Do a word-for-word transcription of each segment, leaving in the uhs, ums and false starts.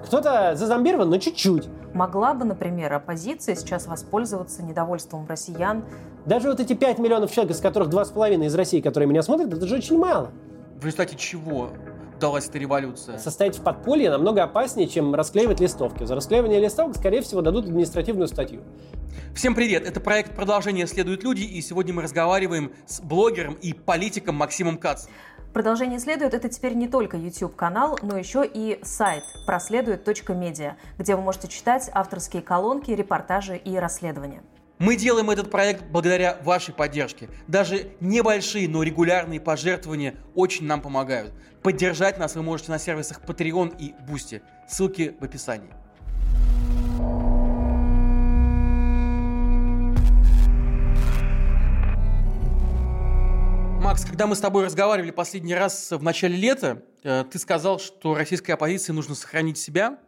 Кто-то зазомбирован, но чуть-чуть. Могла бы, например, оппозиция сейчас воспользоваться недовольством россиян? Даже вот эти пять миллионов человек, из которых два с половиной из России, которые меня смотрят, это же очень мало. В результате чего удалась эта революция? Состоять в подполье намного опаснее, чем расклеивать листовки. За расклеивание листовок, скорее всего, дадут административную статью. Всем привет! Это проект «Продолжение следуют люди», и сегодня мы разговариваем с блогером и политиком Максимом Кац. «Продолжение следует» — это теперь не только YouTube-канал, но еще и сайт проследует точка медиа, где вы можете читать авторские колонки, репортажи и расследования. Мы делаем этот проект благодаря вашей поддержке. Даже небольшие, но регулярные пожертвования очень нам помогают. Поддержать нас вы можете на сервисах Patreon и Boosty. Ссылки в описании. Макс, когда мы с тобой разговаривали последний раз в начале лета, ты сказал, что российской оппозиции нужно сохранить себя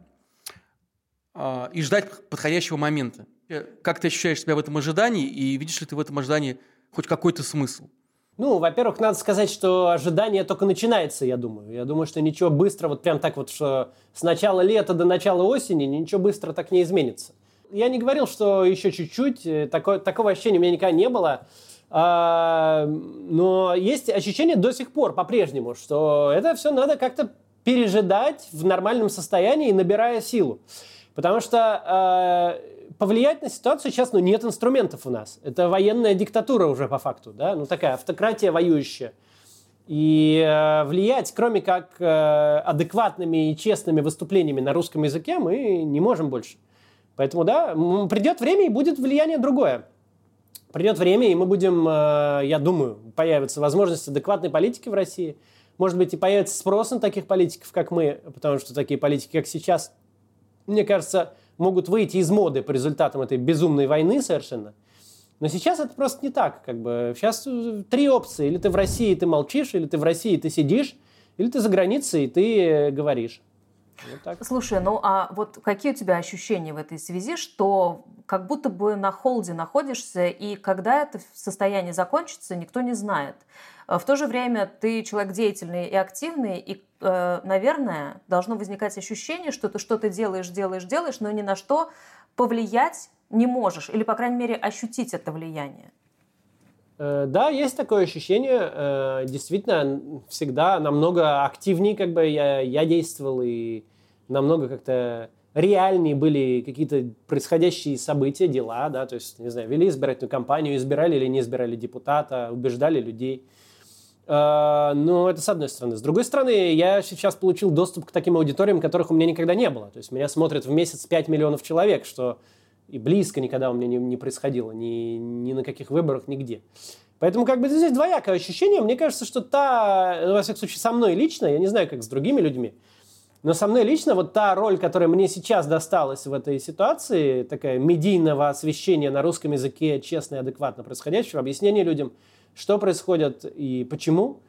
и ждать подходящего момента. Как ты ощущаешь себя в этом ожидании, и видишь ли ты в этом ожидании хоть какой-то смысл? Ну, во-первых, надо сказать, что ожидание только начинается, я думаю. Я думаю, что ничего быстро, вот прям так вот, что с начала лета до начала осени, ничего быстро так не изменится. Я не говорил, что еще чуть-чуть, такое, такого ощущения у меня никогда не было. А, но есть ощущение до сих пор по-прежнему, что это все надо как-то пережидать в нормальном состоянии, набирая силу. Потому что э, повлиять на ситуацию сейчас, ну, нет инструментов у нас. Это военная диктатура уже по факту, да, ну такая автократия воюющая. И э, влиять, кроме как э, адекватными и честными выступлениями на русском языке, мы не можем больше. Поэтому, да, придет время, и будет влияние другое. Придет время, и мы будем, э, я думаю, появится возможность адекватной политики в России. Может быть, и появится спрос на таких политиков, как мы, потому что такие политики, как сейчас, мне кажется, могут выйти из моды по результатам этой безумной войны совершенно. Но сейчас это просто не так. Как бы. Сейчас три опции. Или ты в России, ты молчишь, или ты в России, ты сидишь, или ты за границей, и ты говоришь. Вот так. Слушай, ну а вот какие у тебя ощущения в этой связи, что как будто бы на холде находишься, и когда это состояние закончится, никто не знает. В то же время ты человек деятельный и активный, и, э, наверное, должно возникать ощущение, что ты что-то делаешь, делаешь, делаешь, но ни на что повлиять не можешь, или, по крайней мере, ощутить это влияние. Э, да, есть такое ощущение. Э, действительно, всегда намного активнее как бы я, я действовал, и намного как-то реальнее были какие-то происходящие события, дела, да, то есть, не знаю, вели избирательную кампанию, избирали или не избирали депутата, убеждали людей. Но это с одной стороны. С другой стороны, я сейчас получил доступ к таким аудиториям, которых у меня никогда не было. То есть меня смотрят в месяц пять миллионов человек, что и близко никогда у меня не, не происходило, ни, ни на каких выборах, нигде. Поэтому как бы здесь двоякое ощущение. Мне кажется, что та, во всяком случае, со мной лично, я не знаю, как с другими людьми, но со мной лично вот та роль, которая мне сейчас досталась в этой ситуации, такая медийного освещения на русском языке, честно и адекватно происходящего, объяснение людям, что происходит и почему.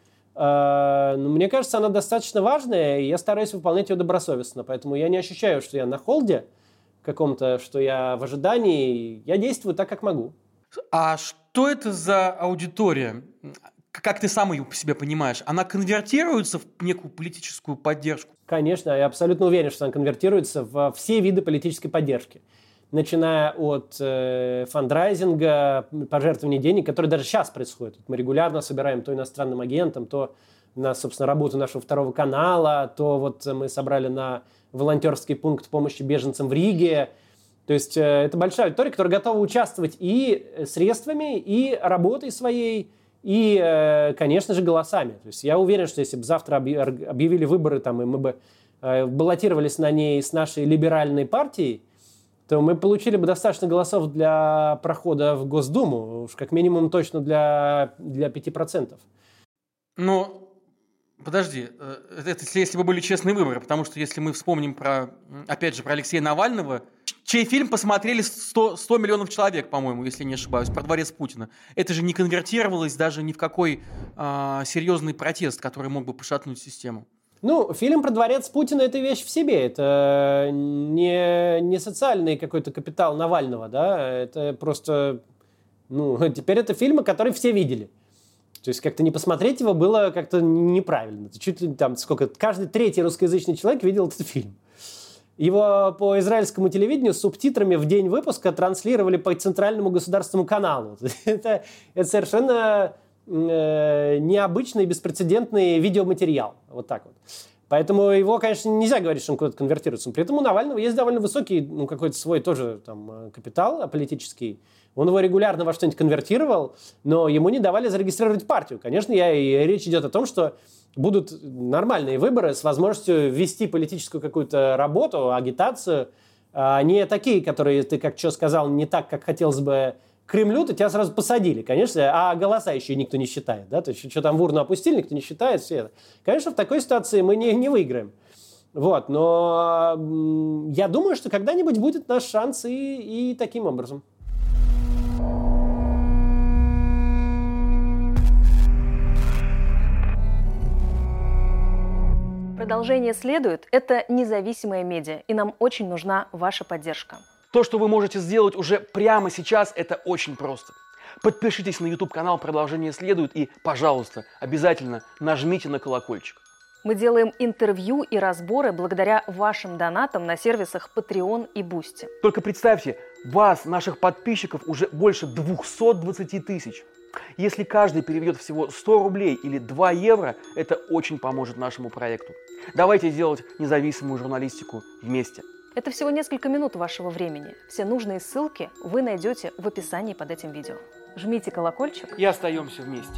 Э, ну, мне кажется, она достаточно важная, и я стараюсь выполнять ее добросовестно. Поэтому я не ощущаю, что я на холде каком-то, что я в ожидании. Я действую так, как могу. А что это за аудитория? Как ты сам ее по себе понимаешь? Она конвертируется в некую политическую поддержку? Конечно, я абсолютно уверен, что она конвертируется во все виды политической поддержки. Начиная от э, фандрайзинга, пожертвования денег, которые даже сейчас происходят. Мы регулярно собираем то иностранным агентам, то на, собственно, работу нашего второго канала, то вот мы собрали на волонтерский пункт помощи беженцам в Риге. То есть э, это большая аудитория, которая готова участвовать и средствами, и работой своей, и, э, конечно же, голосами. То есть я уверен, что если бы завтра объявили выборы, там, и мы бы э, баллотировались на ней с нашей либеральной партией, то мы получили бы достаточно голосов для прохода в Госдуму, уж как минимум точно для, для пяти процентов. Ну, подожди, это если бы были честные выборы, потому что если мы вспомним про, опять же, про Алексея Навального, чей фильм посмотрели сто, сто миллионов человек, по-моему, если не ошибаюсь, про дворец Путина. Это же не конвертировалось даже ни в какой а, серьезный протест, который мог бы пошатнуть систему. Ну, фильм про дворец Путина – это вещь в себе. Это не, не социальный какой-то капитал Навального, да, это просто, ну, теперь это фильмы, которые все видели. То есть как-то не посмотреть его было как-то неправильно. Чуть ли там сколько, каждый третий русскоязычный человек видел этот фильм. его по израильскому телевидению с субтитрами в день выпуска транслировали по центральному государственному каналу. это, это совершенно э, необычный, беспрецедентный видеоматериал. Вот так вот. Поэтому его, конечно, нельзя говорить, что он куда-то конвертируется. При этом у Навального есть довольно высокий, ну, какой-то свой тоже там капитал политический. Он его регулярно во что-нибудь конвертировал, но ему не давали зарегистрировать партию. Конечно, я, и речь идет о том, что будут нормальные выборы с возможностью вести политическую какую-то работу, агитацию, а не такие, которые ты, как что сказал, не так, как хотелось бы Кремлю, то тебя сразу посадили, конечно, а голоса еще никто не считает, да, то есть что там в урну опустили, никто не считает, все это. Конечно, в такой ситуации мы не, не выиграем. Вот, но я думаю, что когда-нибудь будет наш шанс и, и таким образом. Продолжение следует. Это независимая медиа, и нам очень нужна ваша поддержка. То, что вы можете сделать уже прямо сейчас, это очень просто. Подпишитесь на YouTube-канал «Продолжение следует» и, пожалуйста, обязательно нажмите на колокольчик. Мы делаем интервью и разборы благодаря вашим донатам на сервисах Patreon и Boosty. Только представьте, вас, наших подписчиков, уже больше двухсот двадцати тысяч. Если каждый переведет всего сто рублей или два евро, это очень поможет нашему проекту. Давайте делать независимую журналистику вместе. Это всего несколько минут вашего времени. Все нужные ссылки вы найдете в описании под этим видео. Жмите колокольчик и остаемся вместе.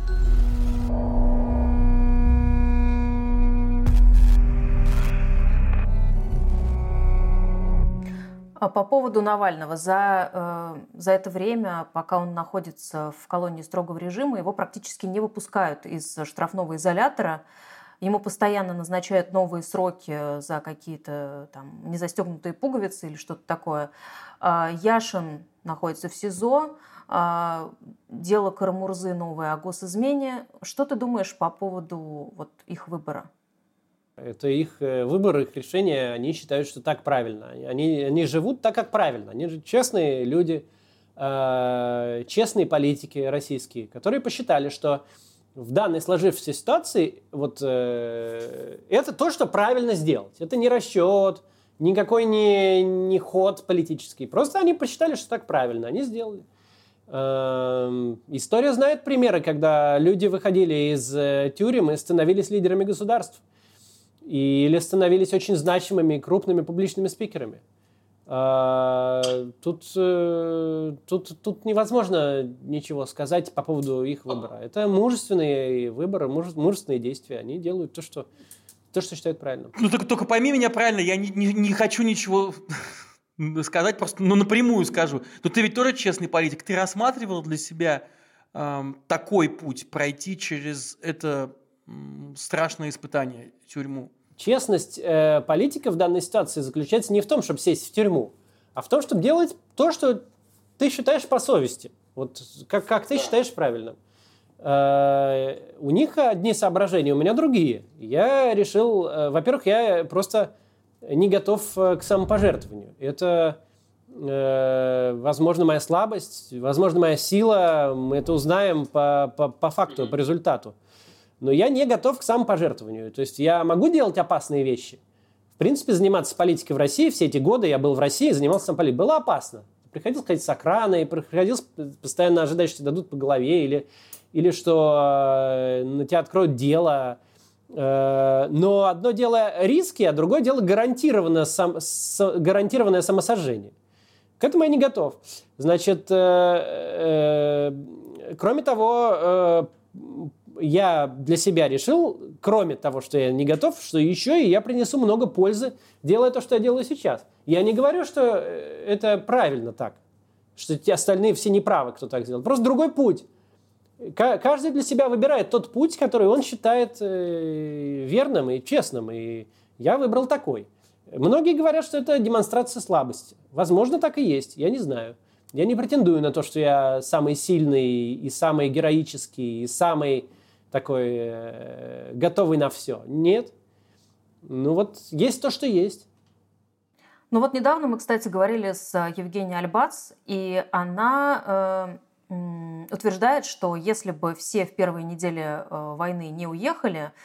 А по поводу Навального. За, э, за это время, пока он находится в колонии строгого режима, его практически не выпускают из штрафного изолятора. Ему постоянно назначают новые сроки за какие-то там незастегнутые пуговицы или что-то такое. Яшин находится в СИЗО. Дело Карамурзы новое о госизмене. Что ты думаешь по поводу вот их выбора? Это их выбор, их решение. Они считают, что так правильно. Они, они живут так, как правильно. Они же честные люди, честные политики российские, которые посчитали, что в данной сложившейся ситуации вот, э, это то, что правильно сделать. Это не расчет, никакой не, не ход политический. Просто они посчитали, что так правильно. Они сделали. Э, история знает примеры, когда люди выходили из э, тюрем и становились лидерами государств. Или становились очень значимыми, крупными публичными спикерами. Тут, тут, тут невозможно ничего сказать по поводу их выбора. Это мужественные выборы, мужественные действия. Они делают то, что, то, что считают правильным. Ну, только, только пойми меня правильно, я не, не, не хочу ничего сказать, просто ну, напрямую скажу. Но ты ведь тоже честный политик. Ты рассматривал для себя э, такой путь, пройти через это э, страшное испытание, тюрьму? Честность э, политика в данной ситуации заключается не в том, чтобы сесть в тюрьму, а в том, чтобы делать то, что ты считаешь по совести. Вот как, как ты считаешь правильным. Э, у них одни соображения, у меня другие. Я решил, э, во-первых, я просто не готов к самопожертвованию. Это, э, возможно, моя слабость, возможно, моя сила. Мы это узнаем по, по, по факту, по результату. Но я не готов к самопожертвованию. То есть я могу делать опасные вещи. В принципе, заниматься политикой в России все эти годы, я был в России, занимался сам политикой, было опасно. Приходилось ходить с охраной, приходилось постоянно ожидать, что тебе дадут по голове, или, или что э, на тебя откроют дело. Э, но одно дело риски, а другое дело гарантированное, сам, с, гарантированное самосожжение. К этому я не готов. Значит, э, э, кроме того, э, я для себя решил, кроме того, что я не готов, что еще и я принесу много пользы, делая то, что я делаю сейчас. Я не говорю, что это правильно так, что те остальные все неправы, кто так сделал. Просто другой путь. Каждый для себя выбирает тот путь, который он считает верным и честным. И я выбрал такой. Многие говорят, что это демонстрация слабости. Возможно, так и есть. Я не знаю. Я не претендую на то, что я самый сильный и самый героический, и самый такой э, готовый на все. Нет. Ну вот есть то, что есть. Ну вот недавно мы, кстати, говорили с Евгенией Альбац, и она э, э, утверждает, что если бы все в первые недели э, войны не уехали,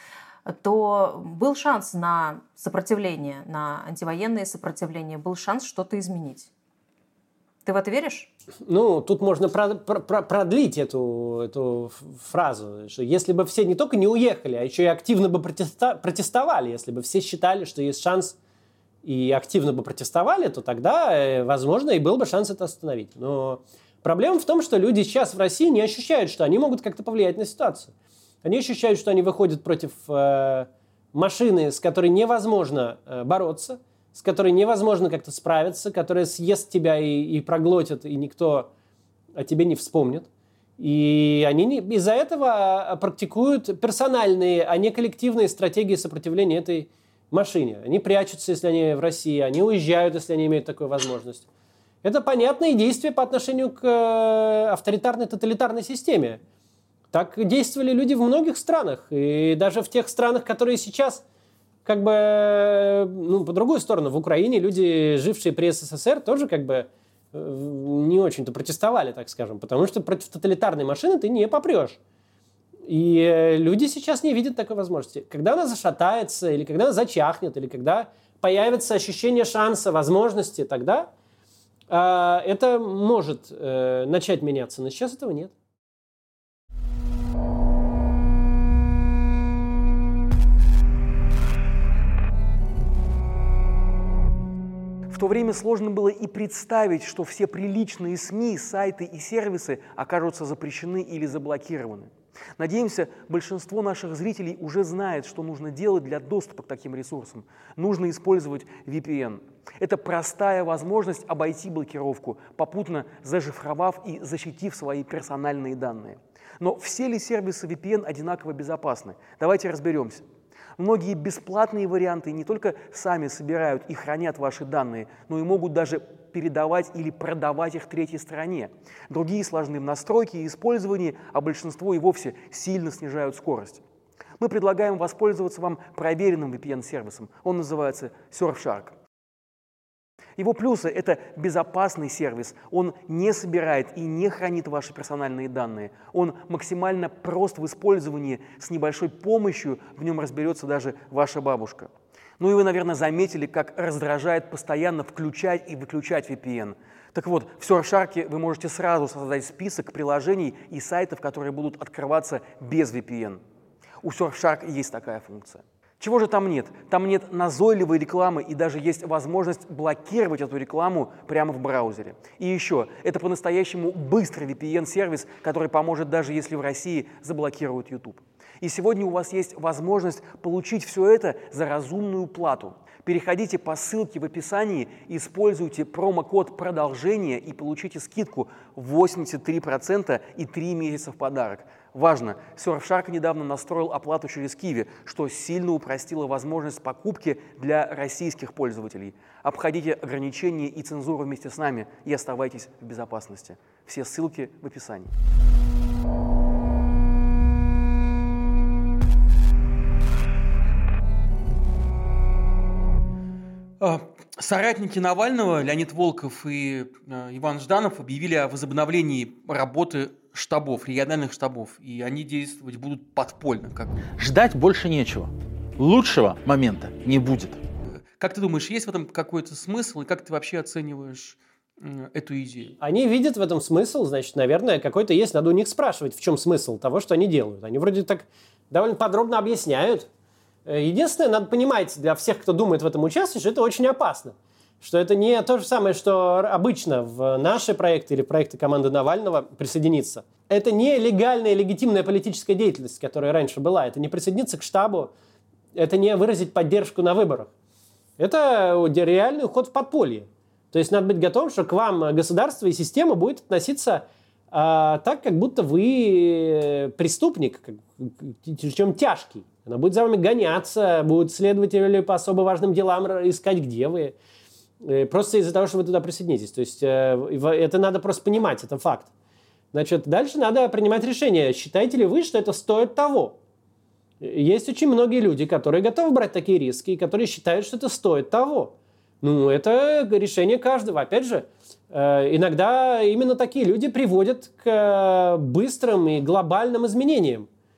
то был шанс на сопротивление, на антивоенное сопротивление, был шанс что-то изменить. Ты в это веришь? Ну, тут можно про- про- продлить эту, эту фразу, что если бы все не только не уехали, а еще и активно бы протеста- протестовали, если бы все считали, что есть шанс и активно бы протестовали, то тогда, возможно, и был бы шанс это остановить. Но проблема в том, что люди сейчас в России не ощущают, что они могут как-то повлиять на ситуацию. Они ощущают, что они выходят против э, машины, с которой невозможно э, бороться, с которой невозможно как-то справиться, которая съест тебя и, и проглотит, и никто о тебе не вспомнит. И они не, из-за этого практикуют персональные, а не коллективные стратегии сопротивления этой машине. Они прячутся, если они в России, они уезжают, если они имеют такую возможность. Это понятные действия по отношению к авторитарной, тоталитарной системе. Так действовали люди в многих странах. И даже в тех странах, которые сейчас как бы, ну, по другую сторону, в Украине люди, жившие при СССР, тоже как бы не очень-то протестовали, так скажем, потому что против тоталитарной машины ты не попрешь. И люди сейчас не видят такой возможности. Когда она зашатается, или когда она зачахнет, или когда появится ощущение шанса, возможности, тогда э, это может э, начать меняться. Но сейчас этого нет. В то время сложно было и представить, что все приличные СМИ, сайты и сервисы окажутся запрещены или заблокированы. Надеемся, большинство наших зрителей уже знает, что нужно делать для доступа к таким ресурсам. Нужно использовать ви пи эн. Это простая возможность обойти блокировку, попутно зашифровав и защитив свои персональные данные. Но все ли сервисы ви пи эн одинаково безопасны? Давайте разберемся. Многие бесплатные варианты не только сами собирают и хранят ваши данные, но и могут даже передавать или продавать их третьей стороне. Другие сложны в настройке и использовании, а большинство и вовсе сильно снижают скорость. Мы предлагаем воспользоваться вам проверенным ви пи эн-сервисом. Он называется Surfshark. Его плюсы – это безопасный сервис, он не собирает и не хранит ваши персональные данные, он максимально прост в использовании, с небольшой помощью в нем разберется даже ваша бабушка. Ну и вы, наверное, заметили, как раздражает постоянно включать и выключать ви пи эн. Так вот, в Surfshark вы можете сразу создать список приложений и сайтов, которые будут открываться без ви пи эн. У Surfshark есть такая функция. Чего же там нет? Там нет назойливой рекламы и даже есть возможность блокировать эту рекламу прямо в браузере. И еще, это по-настоящему быстрый ви пи эн-сервис, который поможет даже если в России заблокируют YouTube. И сегодня у вас есть возможность получить все это за разумную плату. Переходите по ссылке в описании, используйте промокод «Продолжение» и получите скидку восемьдесят три процента и три месяца в подарок. Важно, Surfshark недавно настроил оплату через Киви, что сильно упростило возможность покупки для российских пользователей. Обходите ограничения и цензуру вместе с нами и оставайтесь в безопасности. Все ссылки в описании. Соратники Навального, Леонид Волков и э, Иван Жданов, объявили о возобновлении работы штабов, региональных штабов, и они действовать будут подпольно. Как... Ждать больше нечего. Лучшего момента не будет. Как ты думаешь, есть в этом какой-то смысл, и как ты вообще оцениваешь э, эту идею? Они видят в этом смысл, значит, наверное, какой-то есть. Надо у них спрашивать, в чем смысл того, что они делают. Они вроде так довольно подробно объясняют. Единственное, надо понимать для всех, кто думает в этом участвовать, что это очень опасно. Что это не то же самое, что обычно в наши проекты или проекты команды Навального присоединиться. Это не легальная, легитимная политическая деятельность, которая раньше была. Это не присоединиться к штабу, это не выразить поддержку на выборах. Это реальный уход в подполье. То есть надо быть готовым, что к вам государство и система будет относиться а, так, как будто вы преступник, причем тяжкий. Она будет за вами гоняться, будут следователи по особо важным делам искать, где вы. Просто из-за того, что вы туда присоединитесь. То есть это надо просто понимать, это факт. Значит, дальше надо принимать решение. Считаете ли вы, что это стоит того? Есть очень многие люди, которые готовы брать такие риски, и которые считают, что это стоит того. Ну, это решение каждого. Опять же, иногда именно такие люди приводят к быстрым и глобальным изменениям.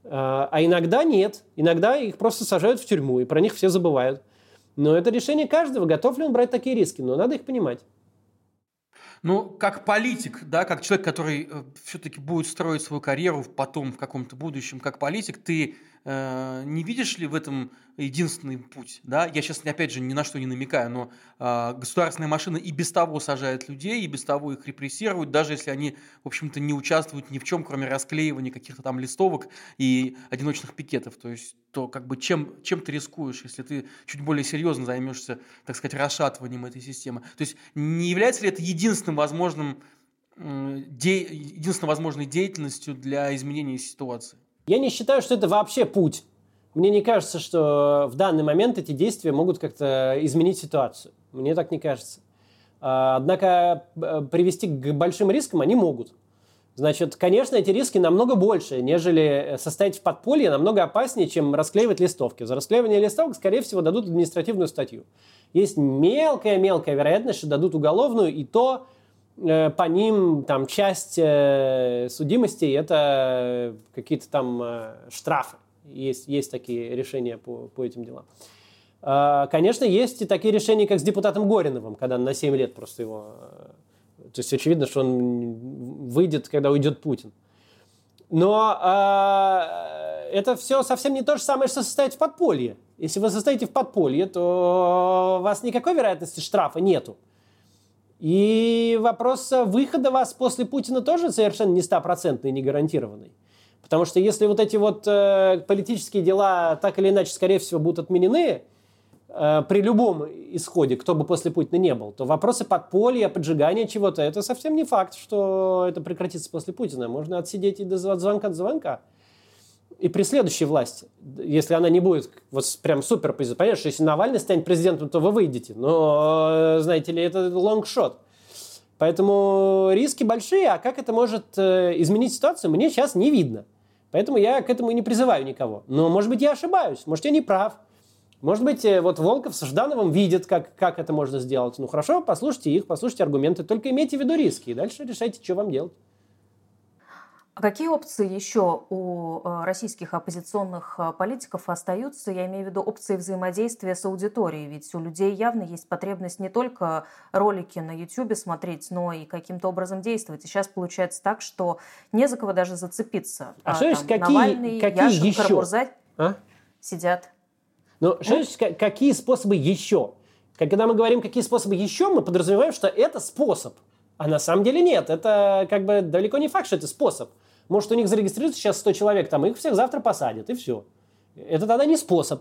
А иногда нет. Иногда их просто сажают в тюрьму, и про них все забывают. Но это решение каждого, готов ли он брать такие риски. Но надо их понимать. Ну, как политик, да, как человек, который э, все-таки будет строить свою карьеру потом в каком-то будущем, как политик, ты э, не видишь ли в этом единственный путь? Да? Я сейчас, опять же, ни на что не намекаю, но э, государственная машина и без того сажает людей, и без того их репрессируют, даже если они, в общем-то, не участвуют ни в чем, кроме расклеивания каких-то там листовок и одиночных пикетов. То есть, то как бы чем, чем ты рискуешь, если ты чуть более серьезно займешься, так сказать, расшатыванием этой системы? То есть, не является ли это единственным возможным, де, единственной возможной деятельностью для изменения ситуации? Я не считаю, что это вообще путь. Мне не кажется, что в данный момент эти действия могут как-то изменить ситуацию. Мне так не кажется. Однако привести к большим рискам они могут. Значит, конечно, эти риски намного больше, нежели состоять в подполье, намного опаснее, чем расклеивать листовки. За расклеивание листовок, скорее всего, дадут административную статью. Есть мелкая-мелкая вероятность, что дадут уголовную, и то э, по ним там, часть э, судимостей – это какие-то там э, штрафы. Есть, есть такие решения по, по этим делам. Э, конечно, есть и такие решения, как с депутатом Гориновым, когда на семь лет просто его… То есть очевидно, что он выйдет, когда уйдет Путин. Но э, это все совсем не то же самое, что состоять в подполье. Если вы состоите в подполье, то у вас никакой вероятности штрафа нету. И вопрос выхода вас после Путина тоже совершенно не стопроцентный, не гарантированный. Потому что если вот эти вот э, политические дела так или иначе, скорее всего, будут отменены, при любом исходе, кто бы после Путина не был, то вопросы подполья, поджигания чего-то, это совсем не факт, что это прекратится после Путина. Можно отсидеть и до звонка до звонка. И при следующей власти, если она не будет вот прям супер позиционирована, понятно, что если Навальный станет президентом, то вы выйдете. Но, знаете ли, это лонгшот. Поэтому риски большие, а как это может изменить ситуацию, мне сейчас не видно. Поэтому я к этому и не призываю никого. Но, может быть, я ошибаюсь, может, я не прав. Может быть, вот Волков с Ждановым видят, как, как это можно сделать. Ну хорошо, послушайте их, послушайте аргументы, только имейте в виду риски, и дальше решайте, что вам делать. А какие опции еще у российских оппозиционных политиков остаются? Я имею в виду опции взаимодействия с аудиторией. Ведь у людей явно есть потребность не только ролики на Ютьюбе смотреть, но и каким-то образом действовать. И сейчас получается так, что не за кого даже зацепиться. А, а что есть, какие, Навальный, какие Яшин, еще? Карамурза а? сидят. Ну, что значит, какие способы еще? Когда мы говорим, какие способы еще, мы подразумеваем, что это способ. А на самом деле нет. Это как бы далеко не факт, что это способ. Может, у них зарегистрируется сейчас сто человек, там их всех завтра посадят, и все. Это тогда не способ.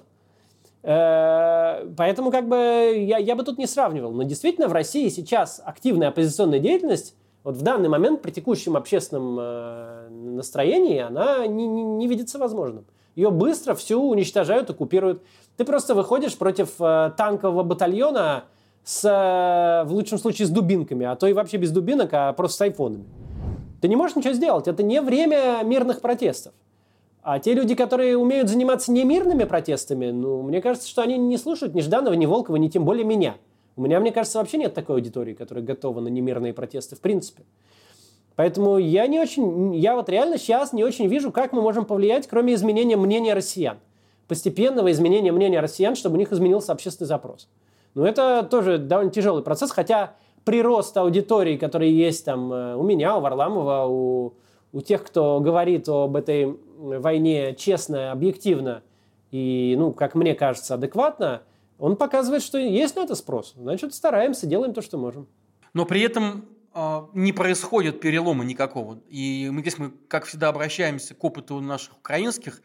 Поэтому как бы я, я бы тут не сравнивал. Но действительно в России сейчас активная оппозиционная деятельность, вот в данный момент при текущем общественном настроении, она не, не, не видится возможным. Ее быстро всю уничтожают, оккупируют. Ты просто выходишь против э, танкового батальона с, э, в лучшем случае с дубинками, а то и вообще без дубинок, а просто с айфонами. Ты не можешь ничего сделать. Это не время мирных протестов. А те люди, которые умеют заниматься не мирными протестами, ну, мне кажется, что они не слушают ни Жданова, ни Волкова, ни тем более меня. У меня, мне кажется, вообще нет такой аудитории, которая готова на немирные протесты в принципе. Поэтому я не очень, я вот реально сейчас не очень вижу, как мы можем повлиять, кроме изменения мнения россиян. Постепенного изменения мнения россиян, чтобы у них изменился общественный запрос. Но это тоже довольно тяжелый процесс, хотя прирост аудитории, который есть там у меня, у Варламова, у, у тех, кто говорит об этой войне честно, объективно и, ну, как мне кажется, адекватно, он показывает, что есть на это спрос. Значит, стараемся, делаем то, что можем. Но при этом не происходит перелома никакого. И мы здесь, мы, как всегда, обращаемся к опыту наших украинских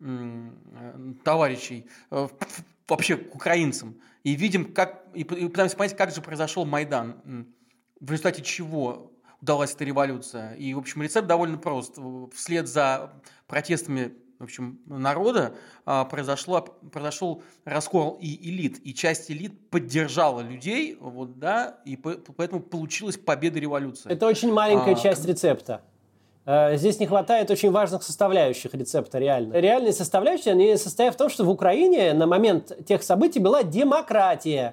м, товарищей, э, вообще к украинцам, и видим, как, и пытаемся понять, как же произошел Майдан, в результате чего удалась эта революция. И, в общем, рецепт довольно прост. Вслед за протестами, в общем, народа произошло, произошел раскол и элит, и часть элит поддержала людей, вот, да, и поэтому получилась победа революции. Это очень маленькая а, часть рецепта. Здесь не хватает очень важных составляющих рецепта реально. Реальные составляющие, они состоят в том, что в Украине на момент тех событий была демократия.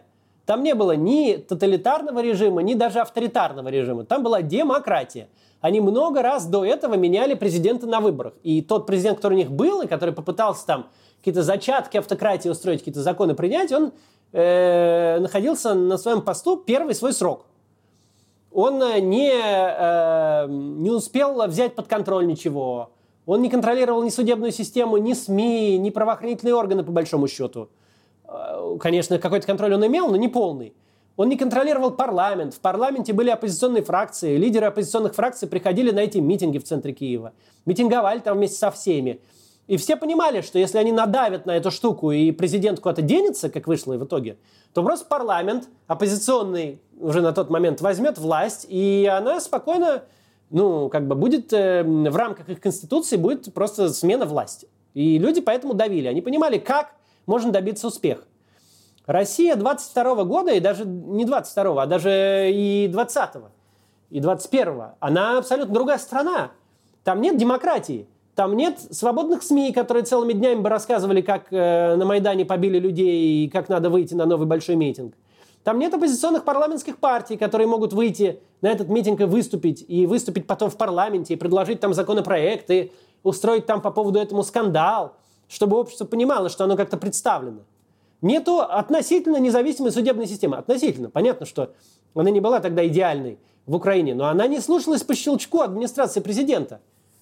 Там не было ни тоталитарного режима, ни даже авторитарного режима. Там была демократия. Они много раз до этого меняли президента на выборах. И тот президент, который у них был, и который попытался там какие-то зачатки автократии устроить, какие-то законы принять, он э, находился на своем посту первый свой срок. Он не, э, не успел взять под контроль ничего. Он не контролировал ни судебную систему, ни СМИ, ни правоохранительные органы, по большому счету. Конечно, какой-то контроль он имел, но не полный. Он не контролировал парламент. В парламенте были оппозиционные фракции. Лидеры оппозиционных фракций приходили на эти митинги в центре Киева. Митинговали там вместе со всеми. И все понимали, что если они надавят на эту штуку и президент куда-то денется, как вышло и в итоге, то просто парламент оппозиционный уже на тот момент возьмет власть, и она спокойно, ну, как бы будет э, в рамках их конституции будет просто смена власти. И люди поэтому давили. Они понимали, как можно добиться успеха. Россия двадцать второго года, и даже не двадцать второго, а даже и двадцатого, и двадцать первого, она абсолютно другая страна. Там нет демократии. Там нет свободных СМИ, которые целыми днями бы рассказывали, как э, на Майдане побили людей и как надо выйти на новый большой митинг. Там нет оппозиционных парламентских партий, которые могут выйти на этот митинг и выступить, и выступить потом в парламенте, и предложить там законопроекты, устроить там по поводу этому скандал, чтобы общество понимало, что оно как-то представлено. Нету относительно независимой судебной системы. Относительно. Понятно, что она не была тогда идеальной в Украине, но она не слушалась по щелчку администрации президента.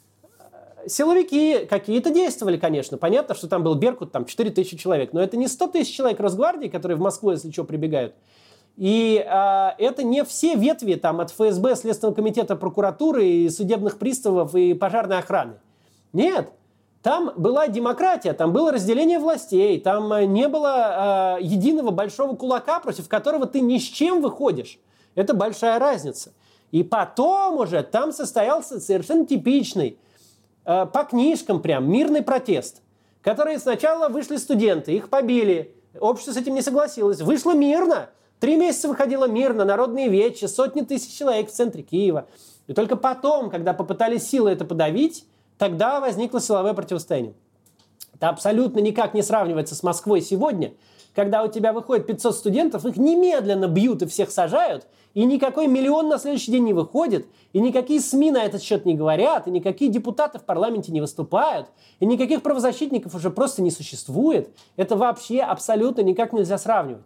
Силовики какие-то действовали, конечно. Понятно, что там был Беркут, там четыре тысячи человек. Но это не сто тысяч человек Росгвардии, которые в Москву, если что, прибегают. И а, это не все ветви там, от ФСБ, Следственного комитета, прокуратуры, и судебных приставов и пожарной охраны. Нет. Там была демократия, там было разделение властей, там не было э, единого большого кулака, против которого ты ни с чем выходишь. Это большая разница. И потом уже там состоялся совершенно типичный, э, по книжкам прям, мирный протест, которые сначала вышли студенты, их побили, общество с этим не согласилось, вышло мирно, три месяца выходило мирно, народные вечи, сотни тысяч человек в центре Киева. И только потом, когда попытались силой это подавить, тогда возникло силовое противостояние. Это абсолютно никак не сравнивается с Москвой сегодня, когда у тебя выходит пятьсот студентов, их немедленно бьют и всех сажают, и никакой миллион на следующий день не выходит, и никакие СМИ на этот счет не говорят, и никакие депутаты в парламенте не выступают, и никаких правозащитников уже просто не существует. Это вообще абсолютно никак нельзя сравнивать.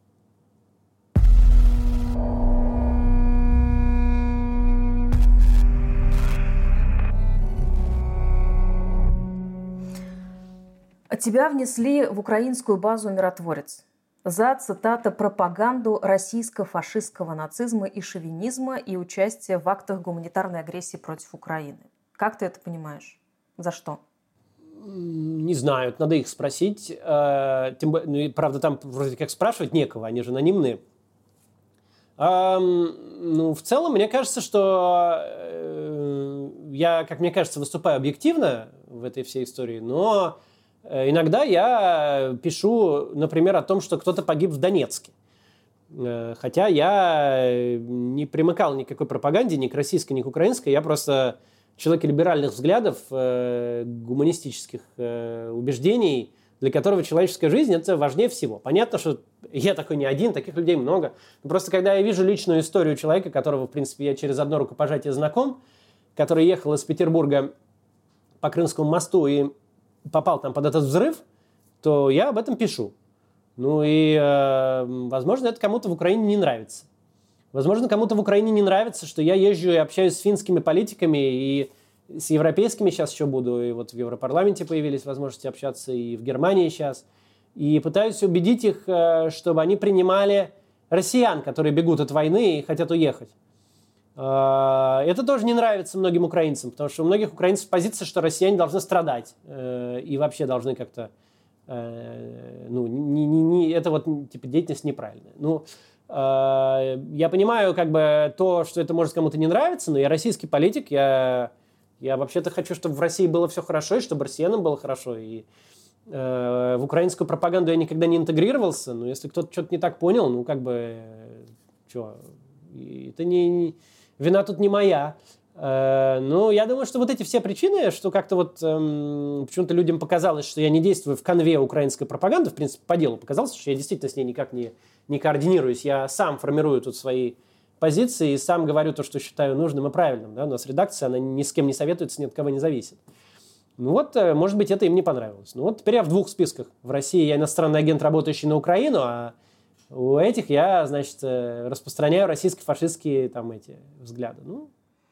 Тебя внесли в украинскую базу «Миротворец» за, цитата, пропаганду российско-фашистского нацизма и шовинизма и участие в актах гуманитарной агрессии против Украины. Как ты это понимаешь? За что? Не знаю, надо их спросить. Тем, ну, правда, там вроде как спрашивать некого, они же анонимные. Ну, в целом, мне кажется, что я, как мне кажется, выступаю объективно в этой всей истории, но иногда я пишу, например, о том, что кто-то погиб в Донецке. Хотя я не примыкал ни к какой пропаганде, ни к российской, ни к украинской. Я просто человек либеральных взглядов, гуманистических убеждений, для которого человеческая жизнь – это важнее всего. Понятно, что я такой не один, таких людей много. Но просто когда я вижу личную историю человека, которого, в принципе, я через одно рукопожатие знаком, который ехал из Петербурга по Крымскому мосту и попал там под этот взрыв, то я об этом пишу. Ну и, э, возможно, это кому-то в Украине не нравится. Возможно, кому-то в Украине не нравится, что я езжу и общаюсь с финскими политиками, и с европейскими сейчас еще буду, и вот в Европарламенте появились возможности общаться, и в Германии сейчас, и пытаюсь убедить их, э, чтобы они принимали россиян, которые бегут от войны и хотят уехать. Это тоже не нравится многим украинцам, потому что у многих украинцев позиция, что россияне должны страдать э, и вообще должны как-то, э, ну, не, не, не, это вот типа деятельность неправильная. Ну, э, я понимаю как бы то, что это может кому-то не нравиться, но я российский политик, я, я вообще-то хочу, чтобы в России было все хорошо, и чтобы россиянам было хорошо, и э, в украинскую пропаганду я никогда не интегрировался, но если кто-то что-то не так понял, ну, как бы, э, что, это не... Вина тут не моя. Э, ну, я думаю, что вот эти все причины, что как-то вот эм, почему-то людям показалось, что я не действую в конве украинской пропаганды, в принципе, по делу показалось, что я действительно с ней никак не, не координируюсь. Я сам формирую тут свои позиции и сам говорю то, что считаю нужным и правильным. Да? У нас редакция, она ни с кем не советуется, ни от кого не зависит. Ну вот, может быть, это им не понравилось. Ну вот теперь я в двух списках. В России я иностранный агент, работающий на Украину, а у этих я, значит, распространяю российско-фашистские там эти взгляды. Ну.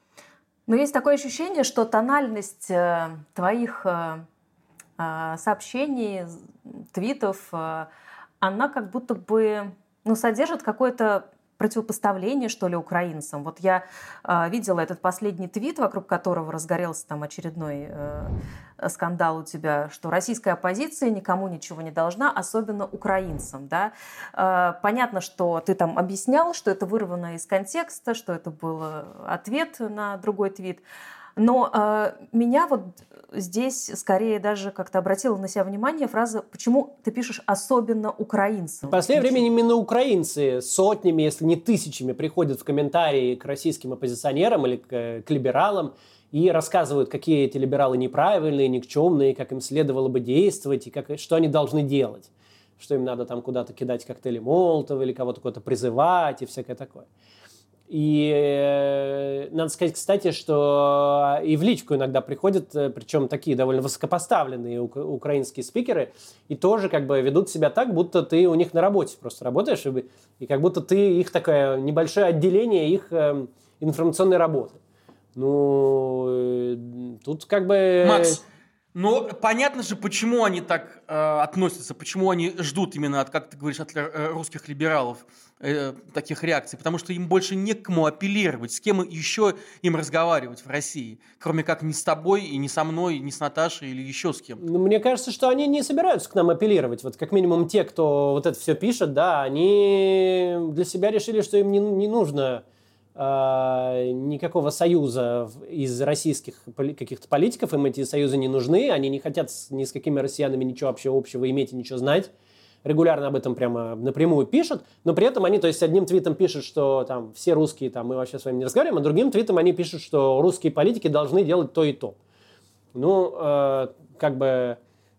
Но есть такое ощущение, что тональность э, твоих э, э, сообщений, твитов, э, она как будто бы ну, содержит какое-то противопоставление, что ли, украинцам. Вот я э, видела этот последний твит, вокруг которого разгорелся там очередной э, скандал у тебя, что российская оппозиция никому ничего не должна, особенно украинцам. Да? Э, понятно, что ты там объяснял, что это вырвано из контекста, что это был ответ на другой твит. Но э, меня вот здесь скорее даже как-то обратила на себя внимание фраза «Почему ты пишешь особенно украинцам?» В последнее время именно украинцы сотнями, если не тысячами, приходят в комментарии к российским оппозиционерам или к, к либералам и рассказывают, какие эти либералы неправильные, никчемные, как им следовало бы действовать и как, что они должны делать. Что им надо там куда-то кидать коктейли Молотова или кого-то куда-то призывать и всякое такое. И э, надо сказать, кстати, что и в личку иногда приходят, причем такие довольно высокопоставленные ук- украинские спикеры, и тоже как бы ведут себя так, будто ты у них на работе просто работаешь, и, и как будто ты их такое небольшое отделение их э, информационной работы. Ну, э, тут как бы... Макс, но понятно же, почему они так э, относятся, почему они ждут именно, от, как ты говоришь, от э, русских либералов э, таких реакций, потому что им больше не к кому апеллировать, с кем еще им разговаривать в России, кроме как не с тобой, и не со мной, и не с Наташей или еще с кем. Ну, мне кажется, что они не собираются к нам апеллировать. Вот как минимум те, кто вот это все пишет, да, они для себя решили, что им не, не нужно никакого союза из российских каких-то политиков, им эти союзы не нужны, они не хотят ни с какими россиянами ничего вообще общего иметь и ничего знать. Регулярно об этом прямо напрямую пишут, но при этом они, то есть одним твитом пишут, что там все русские, там мы вообще с вами не разговариваем, а другим твитом они пишут, что русские политики должны делать то и то. Ну, э, как бы...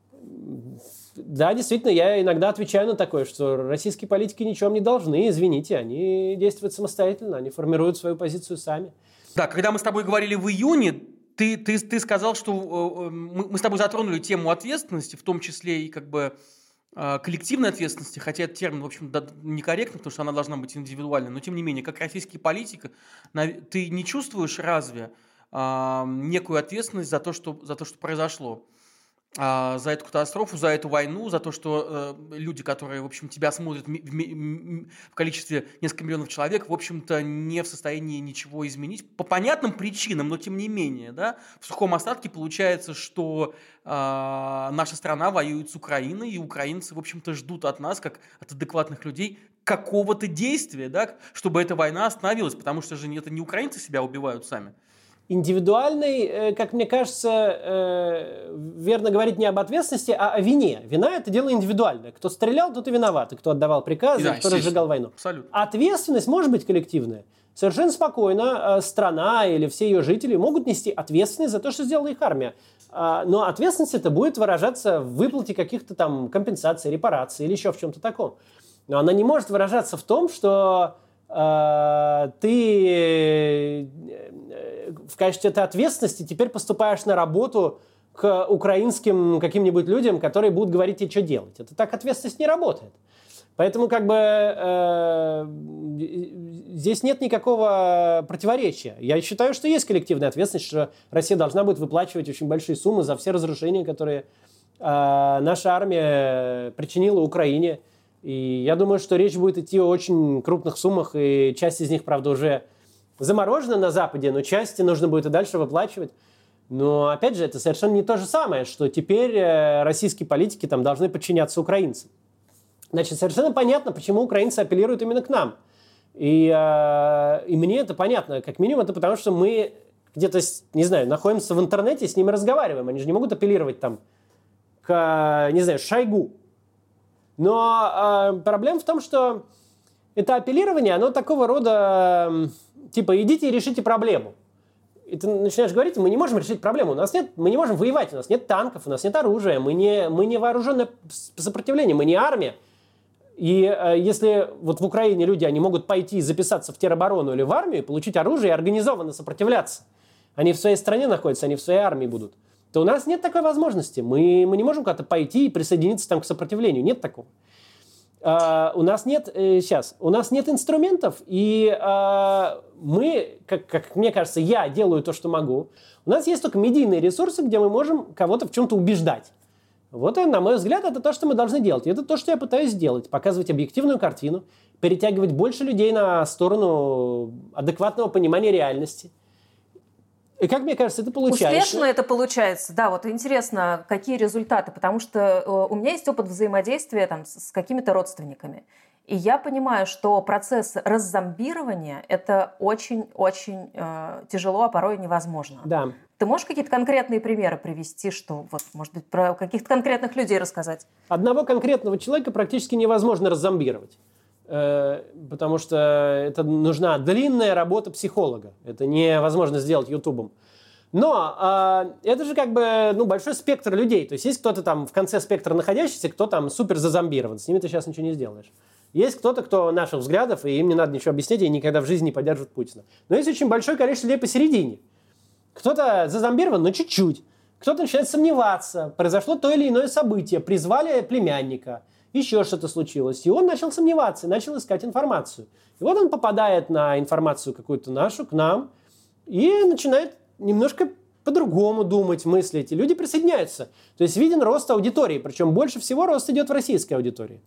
Да, действительно, я иногда отвечаю на такое, что российские политики ничего не должны, извините, они действуют самостоятельно, они формируют свою позицию сами. Да, когда мы с тобой говорили в июне, ты, ты, ты сказал, что э, мы, мы с тобой затронули тему ответственности, в том числе и как бы э, коллективной ответственности, хотя этот термин, в общем, да, некорректный, потому что она должна быть индивидуальной, но тем не менее, как российский политик, ты не чувствуешь разве э, некую ответственность за то, что, за то, что произошло? За эту катастрофу, за эту войну, за то, что э, люди, которые, в общем, тебя смотрят в, в, в количестве нескольких миллионов человек, в общем-то, не в состоянии ничего изменить. По понятным причинам, но тем не менее, да, в сухом остатке получается, что э, наша страна воюет с Украиной, и украинцы, в общем-то, ждут от нас, как от адекватных людей, какого-то действия, да, чтобы эта война остановилась, потому что же это не украинцы себя убивают сами. Индивидуальный, как мне кажется, верно говорить не об ответственности, а о вине. Вина – это дело индивидуальное. Кто стрелял, тот и виноват. И кто отдавал приказы, да, и кто разжигал войну. Абсолютно. Ответственность может быть коллективная. Совершенно спокойно страна или все ее жители могут нести ответственность за то, что сделала их армия. Но ответственность это будет выражаться в выплате каких-то там компенсаций, репараций или еще в чем-то таком. Но она не может выражаться в том, что ты в качестве этой ответственности теперь поступаешь на работу к украинским каким-нибудь людям, которые будут говорить тебе, что делать. Это так ответственность не работает. Поэтому как бы э, здесь нет никакого противоречия. Я считаю, что есть коллективная ответственность, что Россия должна будет выплачивать очень большие суммы за все разрушения, которые э, наша армия причинила Украине. И я думаю, что речь будет идти о очень крупных суммах, и часть из них, правда, уже заморожена на Западе, но части нужно будет и дальше выплачивать. Но, опять же, это совершенно не то же самое, что теперь российские политики там должны подчиняться украинцам. Значит, совершенно понятно, почему украинцы апеллируют именно к нам. И, и мне это понятно. Как минимум, это потому, что мы где-то, не знаю, находимся в интернете, с ними разговариваем. Они же не могут апеллировать там к, не знаю, Шойгу. Но э, проблема в том, что это апеллирование, оно такого рода, э, типа, идите и решите проблему. И ты начинаешь говорить, мы не можем решить проблему, у нас нет, мы не можем воевать, у нас нет танков, у нас нет оружия, мы не, мы не вооруженное сопротивление, мы не армия. И э, если вот в Украине люди, они могут пойти и записаться в тероборону или в армию, получить оружие и организованно сопротивляться, они в своей стране находятся, они в своей армии будут, то у нас нет такой возможности. Мы, мы не можем куда-то пойти и присоединиться там к сопротивлению. Нет такого. Uh, у нас нет, э, сейчас, у нас нет инструментов, и uh, мы, как, как мне кажется, я делаю то, что могу. У нас есть только медийные ресурсы, где мы можем кого-то в чем-то убеждать. Вот, и, на мой взгляд, это то, что мы должны делать. И это то, что я пытаюсь сделать. Показывать объективную картину, перетягивать больше людей на сторону адекватного понимания реальности. И как мне кажется, это получается. Успешно это получается. Да, вот интересно, какие результаты. Потому что э, у меня есть опыт взаимодействия там, с, с какими-то родственниками. И я понимаю, что процесс раззомбирования – это очень-очень э, тяжело, а порой невозможно. Да. Ты можешь какие-то конкретные примеры привести, что, вот, может быть, про каких-то конкретных людей рассказать? Одного конкретного человека практически невозможно раззомбировать. Потому что это нужна длинная работа психолога. Это невозможно сделать ютубом. Но э, это же как бы ну, большой спектр людей. То есть есть кто-то там в конце спектра находящийся, кто там супер зазомбирован. С ними ты сейчас ничего не сделаешь. Есть кто-то, кто наших взглядов, и им не надо ничего объяснять, и никогда в жизни не поддерживают Путина. Но есть очень большое количество людей посередине. Кто-то зазомбирован, но чуть-чуть. Кто-то начинает сомневаться. Произошло то или иное событие. Призвали племянника. Еще что-то случилось. И он начал сомневаться, начал искать информацию. И вот он попадает на информацию какую-то нашу, к нам, и начинает немножко по-другому думать, мыслить. И люди присоединяются. То есть виден рост аудитории. Причем больше всего рост идет в российской аудитории.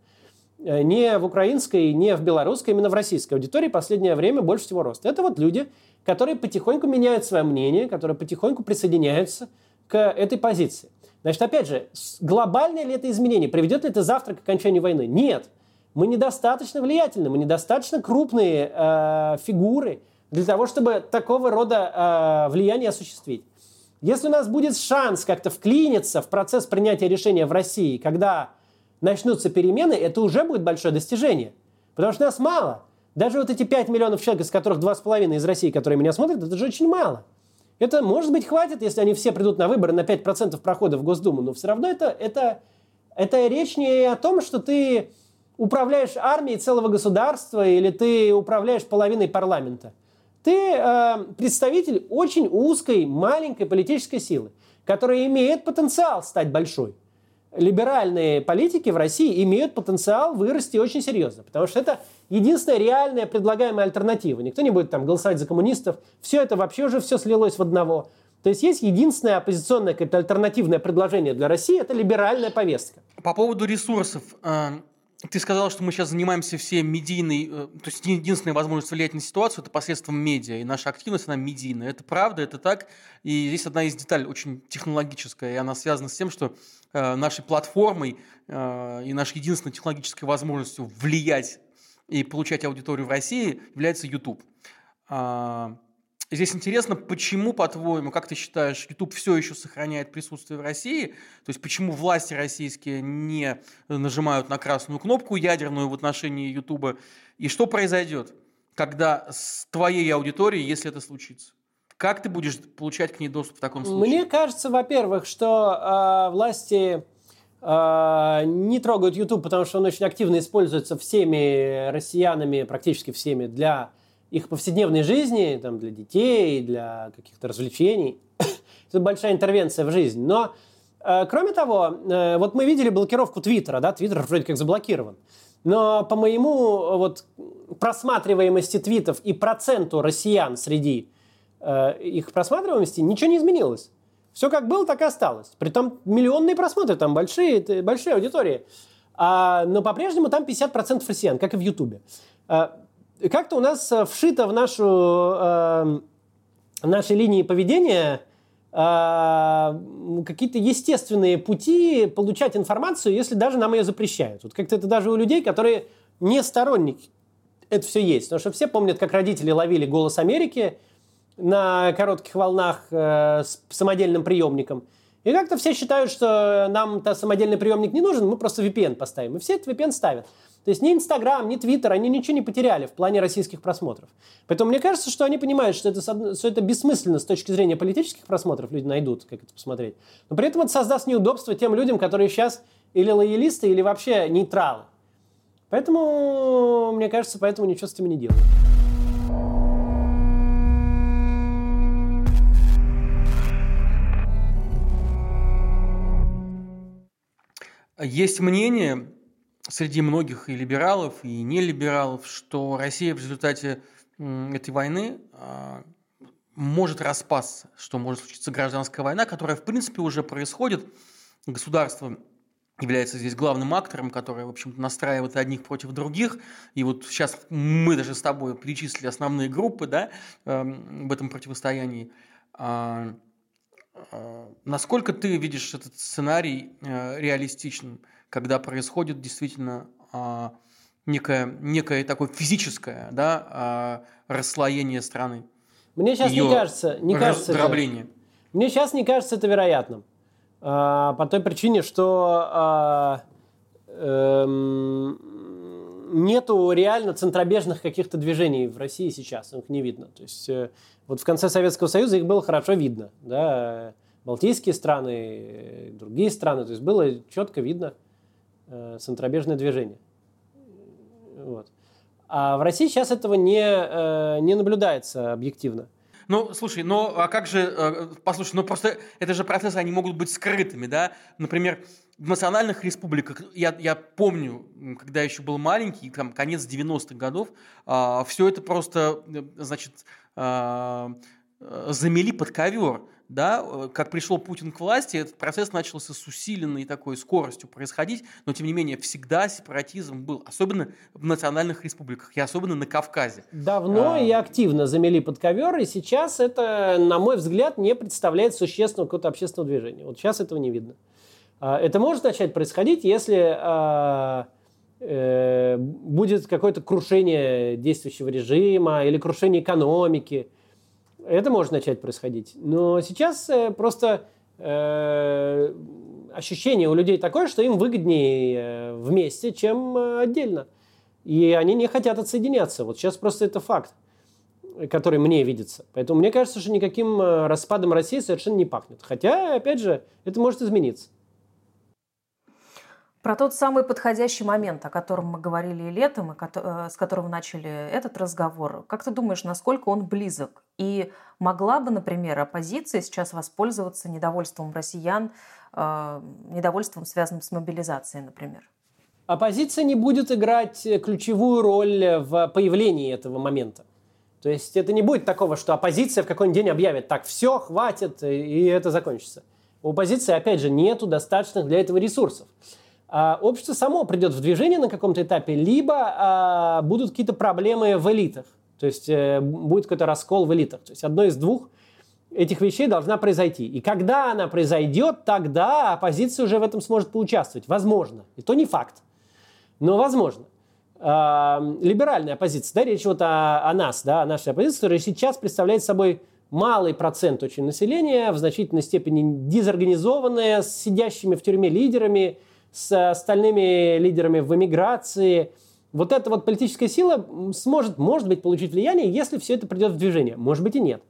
Не в украинской, не в белорусской, именно в российской аудитории в последнее время больше всего рост. Это вот люди, которые потихоньку меняют свое мнение, которые потихоньку присоединяются к этой позиции. Значит, опять же, глобальное ли это изменение? Приведет ли это завтра к окончанию войны? Нет. Мы недостаточно влиятельны, мы недостаточно крупные э, фигуры для того, чтобы такого рода э, влияние осуществить. Если у нас будет шанс как-то вклиниться в процесс принятия решения в России, когда начнутся перемены, это уже будет большое достижение. Потому что нас мало. Даже вот эти пять миллионов человек, из которых два с половиной из России, которые меня смотрят, это же очень мало. Это, может быть, хватит, если они все придут на выборы на пять процентов прохода в Госдуму, но все равно это, это, это речь не о том, что ты управляешь армией целого государства или ты управляешь половиной парламента. Ты э, представитель очень узкой, маленькой политической силы, которая имеет потенциал стать большой. Либеральные политики в России имеют потенциал вырасти очень серьезно, потому что это единственная реальная предлагаемая альтернатива. Никто не будет там голосовать за коммунистов. Все это вообще уже все слилось в одного. То есть есть единственное оппозиционное какое-то альтернативное предложение для России – это либеральная повестка. По поводу ресурсов. Ты сказал, что мы сейчас занимаемся все медийной, то есть единственная возможность влиять на ситуацию – это посредством медиа, и наша активность, она медийная. Это правда, это так. И здесь одна из деталей очень технологическая, и она связана с тем, что э, нашей платформой э, и нашей единственной технологической возможностью влиять и получать аудиторию в России является YouTube. А, здесь интересно, почему, по-твоему, как ты считаешь, YouTube все еще сохраняет присутствие в России? То есть почему власти российские не нажимают на красную кнопку ядерную в отношении YouTube? И что произойдет, когда с твоей аудиторией, если это случится? Как ты будешь получать к ней доступ в таком случае? Мне кажется, во-первых, что э, власти э, не трогают YouTube, потому что он очень активно используется всеми россиянами, практически всеми, для их повседневной жизни, там, для детей, для каких-то развлечений. Это большая интервенция в жизнь. Но, э, кроме того, э, вот мы видели блокировку Твиттера, да, Твиттер вроде как заблокирован. Но по моему вот, просматриваемости твитов и проценту россиян среди э, их просматриваемости ничего не изменилось. Все как было, так и осталось. Притом миллионные просмотры, там большие, большие аудитории. А, но по-прежнему там пятьдесят процентов россиян, как и в Ютубе. А, как-то у нас вшито в нашу, э, наши линии поведения э, какие-то естественные пути получать информацию, если даже нам ее запрещают. Вот как-то это даже у людей, которые не сторонники, это все есть. Потому что все помнят, как родители ловили «Голос Америки» на коротких волнах э, с самодельным приемником. И как-то все считают, что нам-то самодельный приемник не нужен, мы просто ви пи эн поставим. И все этот ви пи эн ставят. То есть ни Инстаграм, ни Твиттер, они ничего не потеряли в плане российских просмотров. Поэтому мне кажется, что они понимают, что это, что это бессмысленно с точки зрения политических просмотров, люди найдут, как это посмотреть. Но при этом это создаст неудобства тем людям, которые сейчас или лоялисты, или вообще нейтралы. Поэтому, мне кажется, поэтому ничего с этим не делают. Есть мнение среди многих и либералов, и нелибералов, что Россия в результате этой войны может распасться, что может случиться гражданская война, которая, в принципе, уже происходит. Государство является здесь главным актором, который, в общем-то, настраивает одних против других. И вот сейчас мы даже с тобой перечислили основные группы, да, в этом противостоянии. Насколько ты видишь этот сценарий реалистичным, когда происходит действительно некое, некое такое физическое, да, расслоение страны? Мне сейчас не кажется, не кажется это, мне сейчас не кажется это вероятным. А, по той причине, что а, э, нету реально центробежных каких-то движений в России сейчас, их не видно. То есть э, вот в конце Советского Союза их было хорошо видно, да, Балтийские страны, другие страны, то есть было четко видно э, центробежное движение. Вот. А в России сейчас этого не, э, не наблюдается объективно. Ну, слушай, ну а как же, э, послушай, ну просто это же процессы, они могут быть скрытыми, да? Например, в национальных республиках, я, я помню, когда я еще был маленький, там, конец девяностых годов, э, все это просто, значит, э, замели под ковер. Да, как пришел Путин к власти, этот процесс начался с усиленной такой скоростью происходить, но тем не менее всегда сепаратизм был, особенно в национальных республиках и особенно на Кавказе. Давно а... и активно замели под ковер, и сейчас это, на мой взгляд, не представляет существенного какого-то общественного движения. Вот сейчас этого не видно. Это может начать происходить, если будет какое-то крушение действующего режима или крушение экономики. Это может начать происходить. Но сейчас э, просто э, ощущение у людей такое, что им выгоднее э, вместе, чем э, отдельно. И они не хотят отсоединяться. Вот сейчас просто это факт, который мне видится. Поэтому мне кажется, что никаким э, распадом России совершенно не пахнет. Хотя, опять же, это может измениться. Про тот самый подходящий момент, о котором мы говорили и летом, и с которого начали этот разговор. Как ты думаешь, насколько он близок? И могла бы, например, оппозиция сейчас воспользоваться недовольством россиян, э, недовольством, связанным с мобилизацией, например? Оппозиция не будет играть ключевую роль в появлении этого момента. То есть это не будет такого, что оппозиция в какой-нибудь день объявит: так, все, хватит, и это закончится. У оппозиции, опять же, нету достаточных для этого ресурсов. А общество само придет в движение на каком-то этапе, либо а, будут какие-то проблемы в элитах. То есть э, будет какой-то раскол в элитах. То есть одно из двух этих вещей должна произойти. И когда она произойдет, тогда оппозиция уже в этом сможет поучаствовать. Возможно. И то не факт. Но возможно. А, либеральная оппозиция. Да, речь вот о, о нас, да, о нашей оппозиции, которая сейчас представляет собой малый процент очень населения, в значительной степени дезорганизованная, с сидящими в тюрьме лидерами, с остальными лидерами в эмиграции. Вот эта вот политическая сила сможет, может быть, получить влияние, если все это придет в движение. Может быть и нет.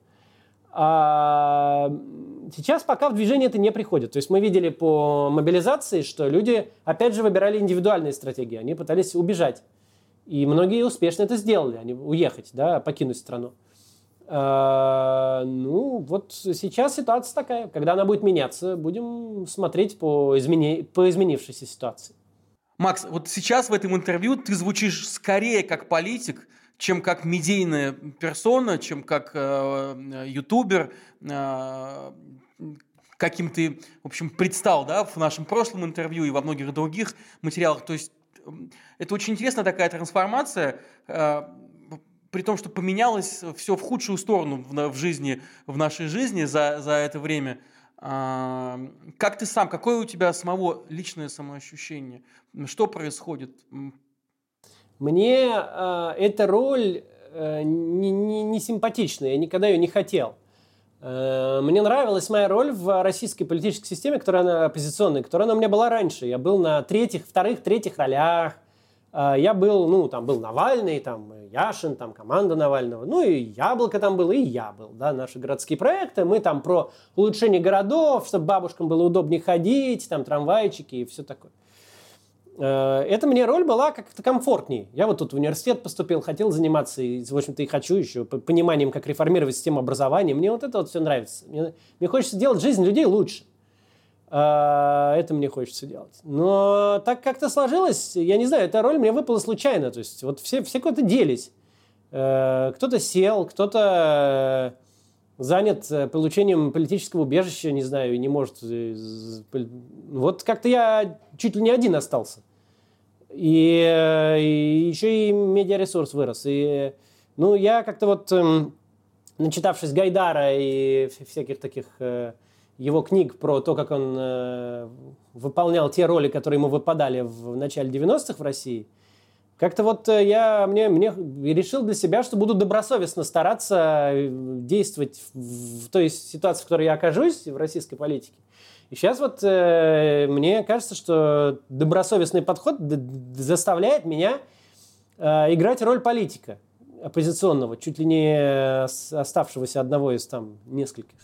А сейчас пока в движение это не приходит. То есть мы видели по мобилизации, что люди, опять же, выбирали индивидуальные стратегии. Они пытались убежать. И многие успешно это сделали. Они уехать, да, покинуть страну. А, ну, вот сейчас ситуация такая. Когда она будет меняться, будем смотреть по, измени... по изменившейся ситуации. Макс, вот сейчас в этом интервью ты звучишь скорее как политик, чем как медийная персона, чем как э, ютубер, э, каким ты, в общем, предстал, да, в нашем прошлом интервью и во многих других материалах. То есть э, это очень интересная такая трансформация, э, при том, что поменялось все в худшую сторону в, в жизни, в нашей жизни за, за это время. А, как ты сам, какое у тебя самого личное самоощущение? Что происходит? Мне э, эта роль э, не, не, не симпатичная, я никогда ее не хотел. Э, мне нравилась моя роль в российской политической системе, которая она оппозиционная, которая она у меня была раньше. Я был на третьих, вторых, третьих ролях. Я был, ну, там был Навальный, там Яшин, там команда Навального, ну и Яблоко там было, и я был, да, наши городские проекты. Мы там про улучшение городов, чтобы бабушкам было удобнее ходить, там трамвайчики и все такое. эта мне роль была как-то комфортнее. Я вот тут в университет поступил, хотел заниматься, и, в общем-то, и хочу еще пониманием, как реформировать систему образования. Мне вот это вот все нравится. Мне, мне хочется делать жизнь людей лучше. Это мне хочется делать. Но так как-то сложилось, я не знаю, эта роль мне выпала случайно. То есть вот все, все куда-то делись. Кто-то сел, кто-то занят получением политического убежища, не знаю, и не может... Вот как-то я чуть ли не один остался. И, и еще и медиаресурс вырос. И, ну, я как-то вот, начитавшись Гайдара и всяких таких его книг про то, как он выполнял те роли, которые ему выпадали в начале девяностых в России, как-то вот я мне, мне решил для себя, что буду добросовестно стараться действовать в той ситуации, в которой я окажусь в российской политике. И сейчас вот э, мне кажется, что добросовестный подход д- заставляет меня э, играть роль политика оппозиционного, чуть ли не оставшегося одного из там нескольких,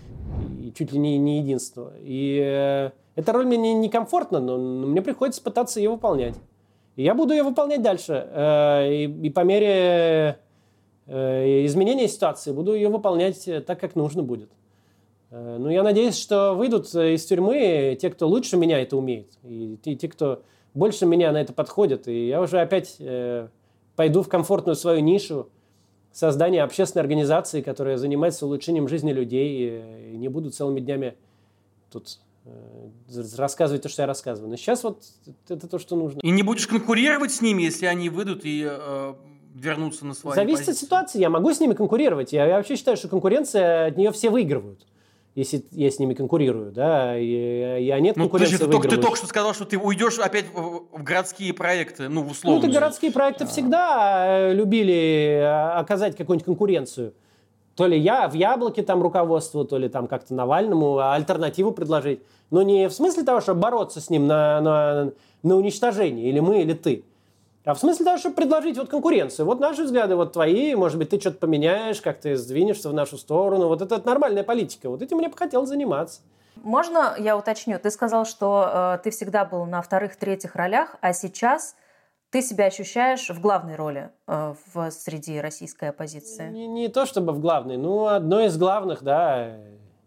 и чуть ли не, не единственного. И э, эта роль мне некомфортна, но, но мне приходится пытаться ее выполнять. И я буду ее выполнять дальше. И, и по мере изменения ситуации буду ее выполнять так, как нужно будет. Ну, я надеюсь, что выйдут из тюрьмы те, кто лучше меня это умеет. И те, те кто больше меня на это подходят. И я уже опять пойду в комфортную свою нишу создания общественной организации, которая занимается улучшением жизни людей. И не буду целыми днями тут... рассказывать то, что я рассказываю. Но сейчас вот это то, что нужно. И не будешь конкурировать с ними, если они выйдут и э, вернутся на свои Зависит позиции? от ситуации. Я могу с ними конкурировать. Я, я вообще считаю, что конкуренция, от нее все выигрывают, если я с ними конкурирую. Да? И, и, а нет ну, конкуренции ты, ты, ты только выигрывающих. что сказал, что ты уйдешь опять в, в городские проекты, ну, в условные. Ну, это городские проекты всегда любили оказать какую-нибудь конкуренцию. То ли я в Яблоке там руководству, то ли там как-то Навальному альтернативу предложить. Но не в смысле того, чтобы бороться с ним на, на, на уничтожение, или мы, или ты. А в смысле того, чтобы предложить вот конкуренцию. Вот наши взгляды, вот твои, может быть, ты что-то поменяешь, как ты сдвинешься в нашу сторону. Вот это, это нормальная политика. Вот этим мне бы хотелось заниматься. Можно я уточню? Ты сказал, что э, ты всегда был на вторых-третьих ролях, а сейчас... Ты себя ощущаешь в главной роли э, в, среди российской оппозиции? Не, не то чтобы в главной, ну, одной из главных, да.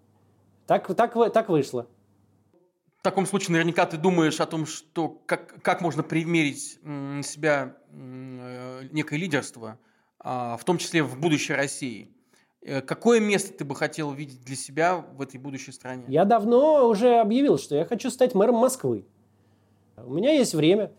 Так, так, так вышло. В таком случае наверняка ты думаешь о том, что как, как можно примерить на себя э, некое лидерство, э, в том числе в будущей России. Э, какое место ты бы хотел видеть для себя в этой будущей стране? Я давно уже объявил, что я хочу стать мэром Москвы. У меня есть время.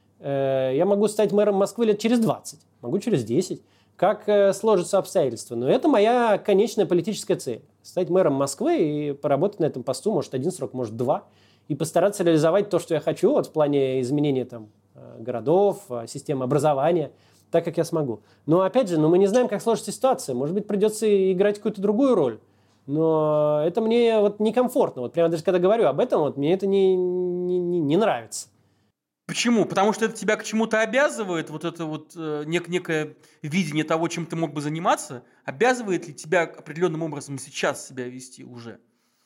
Я могу стать мэром Москвы лет через двадцать, могу через десять, как сложатся обстоятельства. Но это моя конечная политическая цель. Стать мэром Москвы и поработать на этом посту, может, один срок, может, два, и постараться реализовать то, что я хочу, вот в плане изменения там, городов, системы образования, так, как я смогу. Но, опять же, ну, мы не знаем, как сложится ситуация. Может быть, придется играть какую-то другую роль. Но это мне вот некомфортно. Вот прямо даже когда говорю об этом, вот мне это не, не, не нравится. Почему? Потому что это тебя к чему-то обязывает, вот это вот э, нек- некое видение того, чем ты мог бы заниматься, обязывает ли тебя определенным образом сейчас себя вести уже?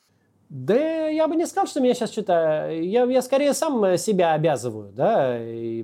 Да я бы не сказал, что меня сейчас что-то... Я, я скорее сам себя обязываю, да. И...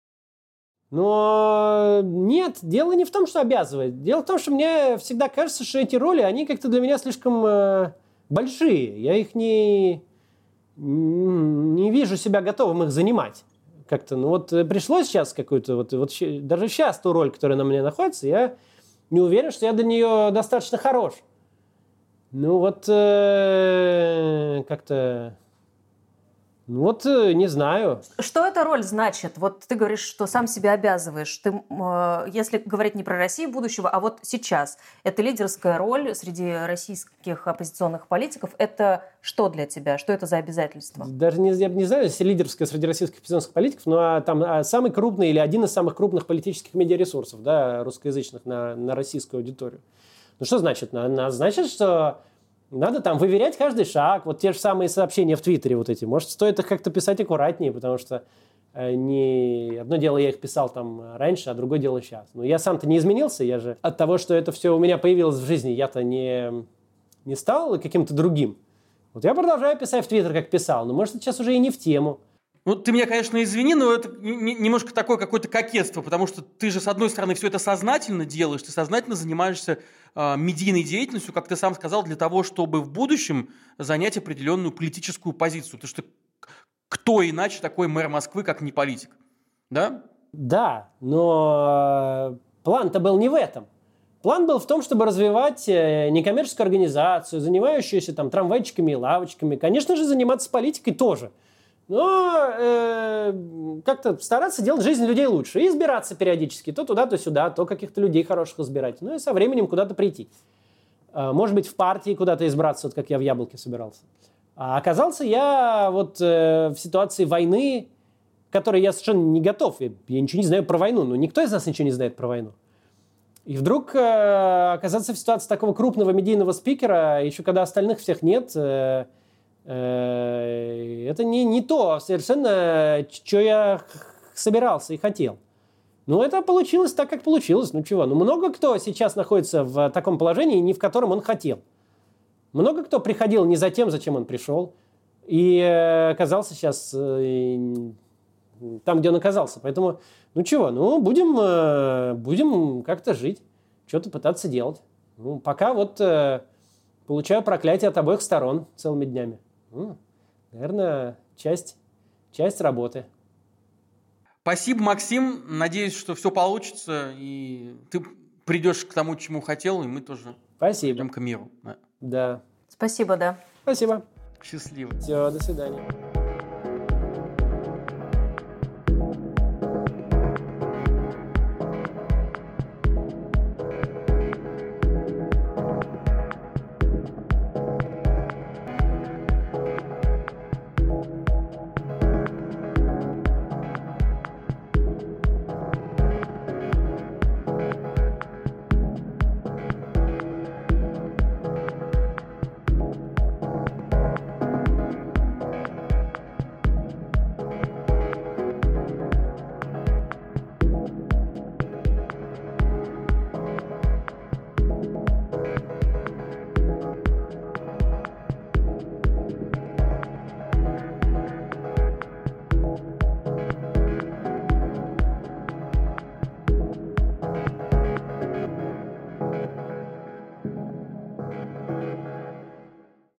Но нет, дело не в том, что обязывает. Дело в том, что мне всегда кажется, что эти роли, они как-то для меня слишком э, большие. Я их не... не вижу себя готовым их занимать. Как-то, ну вот пришлось сейчас какую-то, вот, вот даже сейчас ту роль, которая на мне находится, я не уверен, что я до нее достаточно хорош. Ну вот э, как-то, ну вот э, не знаю. Что эта роль значит? Вот ты говоришь, что сам себя обязываешь. Ты, э, если говорить не про Россию будущего, а вот сейчас, это лидерская роль среди российских оппозиционных политиков. Это что для тебя? Что это за обязательство? Даже не, я не знаю, если лидерская среди российских оппозиционных политиков, но а, там а, самый крупный или один из самых крупных политических медиаресурсов, да, русскоязычных на, на российскую аудиторию. Ну что значит? Значит, что надо там выверять каждый шаг. Вот те же самые сообщения в Твиттере вот эти. Может, стоит их как-то писать аккуратнее, потому что не... одно дело я их писал там раньше, а другое дело сейчас. Но я сам-то не изменился. Я же от того, что это все у меня появилось в жизни, я-то не, не стал каким-то другим. Вот я продолжаю писать в Твиттер, как писал. Но может, сейчас уже и не в тему. Ну, ты меня, конечно, извини, но это немножко такое какое-то кокетство, потому что ты же, с одной стороны, все это сознательно делаешь, ты сознательно занимаешься э, медийной деятельностью, как ты сам сказал, для того, чтобы в будущем занять определенную политическую позицию. Потому что кто иначе такой мэр Москвы, как не политик? Да? Да, но план-то был не в этом. План был в том, чтобы развивать некоммерческую организацию, занимающуюся там трамвайчиками и лавочками. Конечно же, заниматься политикой тоже. Но э, как-то стараться делать жизнь людей лучше. И избираться периодически. То туда, то сюда, то каких-то людей хороших избирать. Ну и со временем куда-то прийти. Э, может быть, в партии куда-то избраться, вот как я в Яблоке собирался. А оказался я вот э, в ситуации войны, к которой я совершенно не готов. Я, я ничего не знаю про войну. Но никто из нас ничего не знает про войну. И вдруг э, оказаться в ситуации такого крупного медийного спикера, еще когда остальных всех нет... Э, Это не, не то совершенно, что я собирался и хотел. Ну, это получилось так, как получилось. Ну, чего? Ну, много кто сейчас находится в таком положении, не в котором он хотел. Много кто приходил не за тем, зачем он пришел, и оказался сейчас там, где он оказался. Поэтому, ну, чего? Ну, будем, будем как-то жить, что-то пытаться делать. Ну, пока вот получаю проклятие от обоих сторон целыми днями. Ну, наверное, часть, часть работы. Спасибо, Максим. Надеюсь, что все получится, и ты придешь к тому, чему хотел, и мы тоже Спасибо. придем к миру. Да. Да. Спасибо, да. Спасибо. Счастливо. Все, до свидания.